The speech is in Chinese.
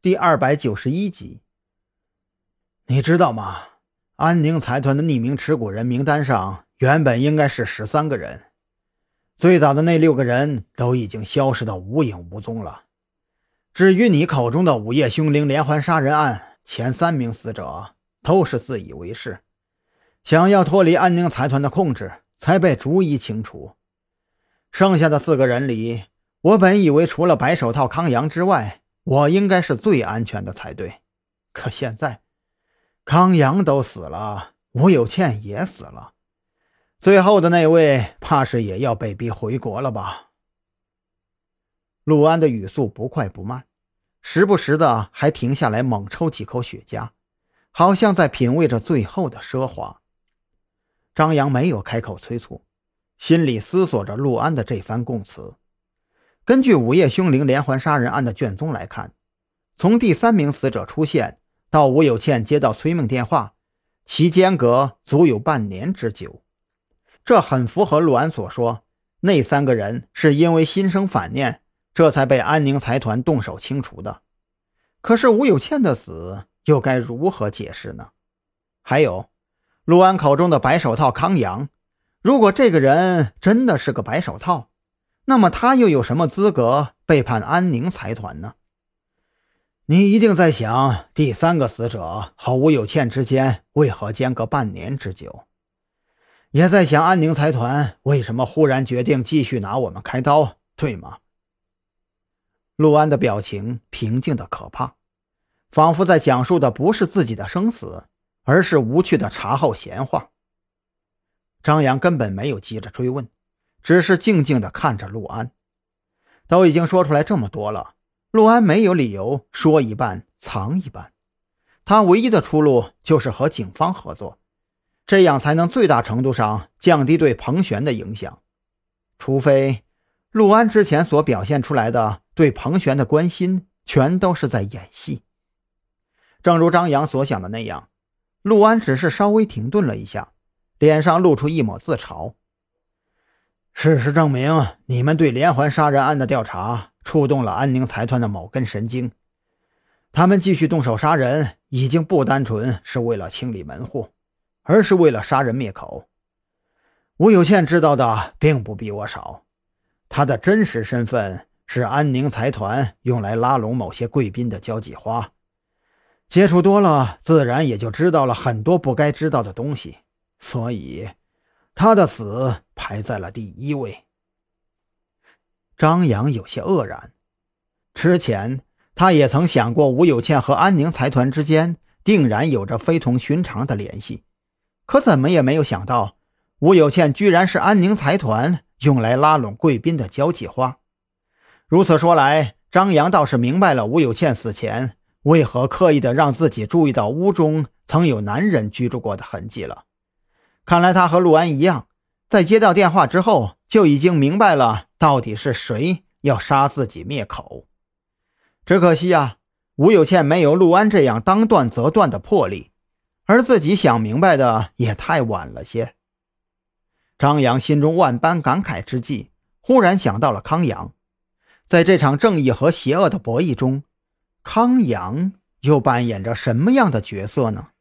第291集。你知道吗？安宁财团的匿名持股人名单上原本应该是13个人，最早的那6个人都已经消失得无影无踪了。至于你口中的午夜凶铃连环杀人案，前3名死者都是自以为是，想要脱离安宁财团的控制，才被逐一清除。剩下的4个人里，我本以为除了白手套康阳之外，我应该是最安全的才对。可现在康阳都死了，吴有倩也死了，最后的那位怕是也要被逼回国了吧。陆安的语速不快不慢，时不时的还停下来猛抽几口雪茄，好像在品味着最后的奢华。张扬没有开口催促，心里思索着陆安的这番供词。根据午夜凶铃连环杀人案的卷宗来看，从第3名死者出现到吴有倩接到催命电话，其间隔足有半年之久。这很符合陆安所说，那3个人是因为心生反念，这才被安宁财团动手清除的。可是吴有倩的死又该如何解释呢？还有陆安口中的白手套康阳，如果这个人真的是个白手套，那么他又有什么资格背叛安宁财团呢？你一定在想，第3个死者和吴有倩之间为何间隔半年之久，也在想安宁财团为什么忽然决定继续拿我们开刀，对吗？陆安的表情平静的可怕，仿佛在讲述的不是自己的生死，而是无趣的茶后闲话。张扬根本没有急着追问，只是静静地看着陆安。都已经说出来这么多了，陆安没有理由说一半藏一半，他唯一的出路就是和警方合作，这样才能最大程度上降低对彭璇的影响。除非陆安之前所表现出来的对彭璇的关心全都是在演戏。正如张扬所想的那样，陆安只是稍微停顿了一下，脸上露出一抹自嘲。事实证明，你们对连环杀人案的调查触动了安宁财团的某根神经，他们继续动手杀人已经不单纯是为了清理门户，而是为了杀人灭口。吴有倩知道的并不比我少，她的真实身份是安宁财团用来拉拢某些贵宾的交际花，接触多了自然也就知道了很多不该知道的东西，所以他的死排在了第1位。张扬有些愕然，之前他也曾想过吴有倩和安宁财团之间定然有着非同寻常的联系，可怎么也没有想到吴有倩居然是安宁财团用来拉拢贵宾的交际花。如此说来，张扬倒是明白了吴有倩死前为何刻意的让自己注意到屋中曾有男人居住过的痕迹了。看来他和陆安一样，在接到电话之后就已经明白了到底是谁要杀自己灭口。只可惜啊，吴有倩没有陆安这样当断则断的魄力，而自己想明白的也太晚了些。张扬心中万般感慨之际，忽然想到了康阳。在这场正义和邪恶的博弈中，康阳又扮演着什么样的角色呢？